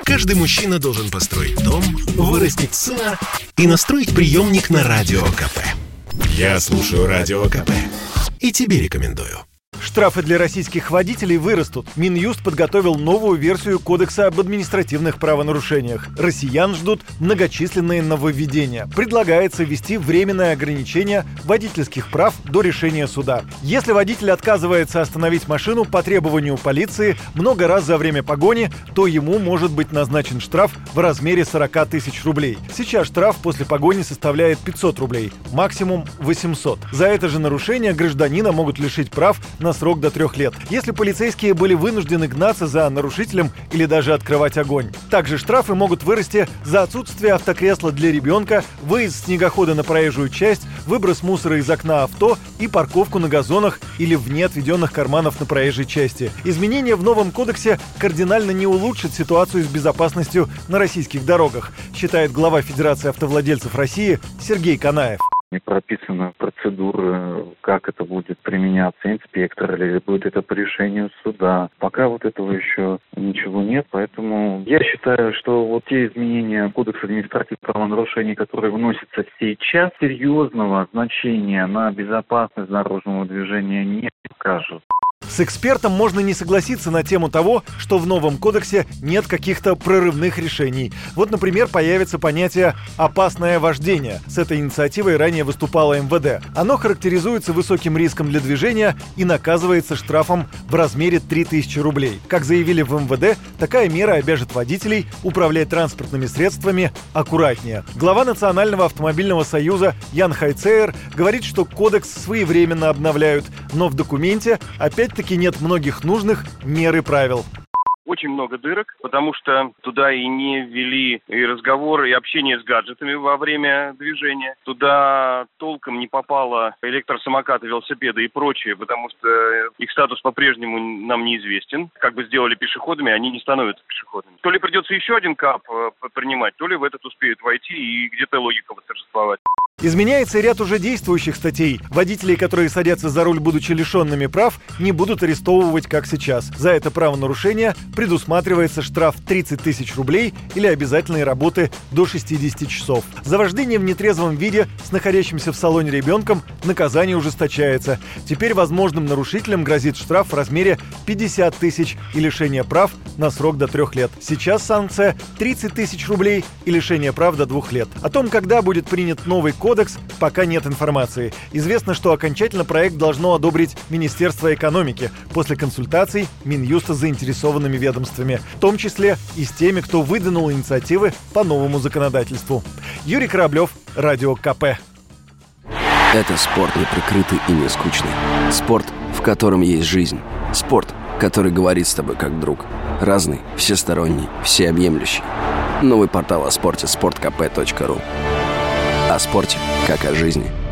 Каждый мужчина должен построить дом, вырастить сына и настроить приемник на Радио КП. Я слушаю Радио КП и тебе рекомендую. Штрафы для российских водителей вырастут. Минюст подготовил новую версию Кодекса об административных правонарушениях. Россиян ждут многочисленные нововведения. Предлагается ввести временное ограничение водительских прав до решения суда. Если водитель отказывается остановить машину по требованию полиции много раз за время погони, то ему может быть назначен штраф в размере 40 тысяч рублей. Сейчас штраф после погони составляет 500 рублей, максимум 800. За это же нарушение гражданина могут лишить прав на срок до 3 лет, если полицейские были вынуждены гнаться за нарушителем или даже открывать огонь. Также штрафы могут вырасти за отсутствие автокресла для ребенка, выезд снегохода на проезжую часть, выброс мусора из окна авто и парковку на газонах или вне отведенных карманов на проезжей части. Изменения в новом кодексе кардинально не улучшат ситуацию с безопасностью на российских дорогах, считает глава Федерации автовладельцев России Сергей Канаев. Не прописана процедура, как это будет применяться, инспектор, или будет это по решению суда. Пока вот этого еще ничего нет, поэтому я считаю, что вот те изменения в Кодекс административных правонарушений, которые вносятся сейчас, серьезного значения на безопасность дорожного движения не покажут. С экспертом можно не согласиться на тему того, что в новом кодексе нет каких-то прорывных решений. Вот, например, появится понятие «опасное вождение». С этой инициативой ранее выступало МВД. Оно характеризуется высоким риском для движения и наказывается штрафом в размере 3000 рублей. Как заявили в МВД, такая мера обяжет водителей управлять транспортными средствами аккуратнее. Глава Национального автомобильного союза Ян Хайцеер говорит, что кодекс своевременно обновляют, но в документе опять-таки нет многих нужных мер и правил. Очень много дырок, потому что туда и не ввели и разговоры, и общение с гаджетами во время движения. Туда толком не попало электросамокаты, велосипеды и прочее, потому что их статус по-прежнему нам неизвестен. Как бы сделали пешеходами, они не становятся пешеходами. То ли придется еще один КАП принимать, то ли в этот успеют войти и где-то логика восторжествовать. Изменяется ряд уже действующих статей. Водителей, которые садятся за руль, будучи лишенными прав, не будут арестовывать, как сейчас. За это правонарушение предусматривается штраф 30 тысяч рублей или обязательные работы до 60 часов. За вождение в нетрезвом виде с находящимся в салоне ребенком наказание ужесточается. Теперь возможным нарушителям грозит штраф в размере 50 тысяч и лишение прав на срок до 3 лет. Сейчас санкция 30 тысяч рублей и лишение прав до 2 лет. О том, когда будет принят новый кодекс, пока нет информации. Известно, что окончательно проект должно одобрить Министерство экономики после консультаций Минюста с заинтересованными ведомствами, в том числе и с теми, кто выдвинул инициативы по новому законодательству. Юрий Кораблев, Радио КП. Это спорт неприкрытый и не скучный. Спорт, в котором есть жизнь. Спорт, который говорит с тобой как друг. Разный, всесторонний, всеобъемлющий. Новый портал о спорте – sportkp.ru. О спорте, как о жизни.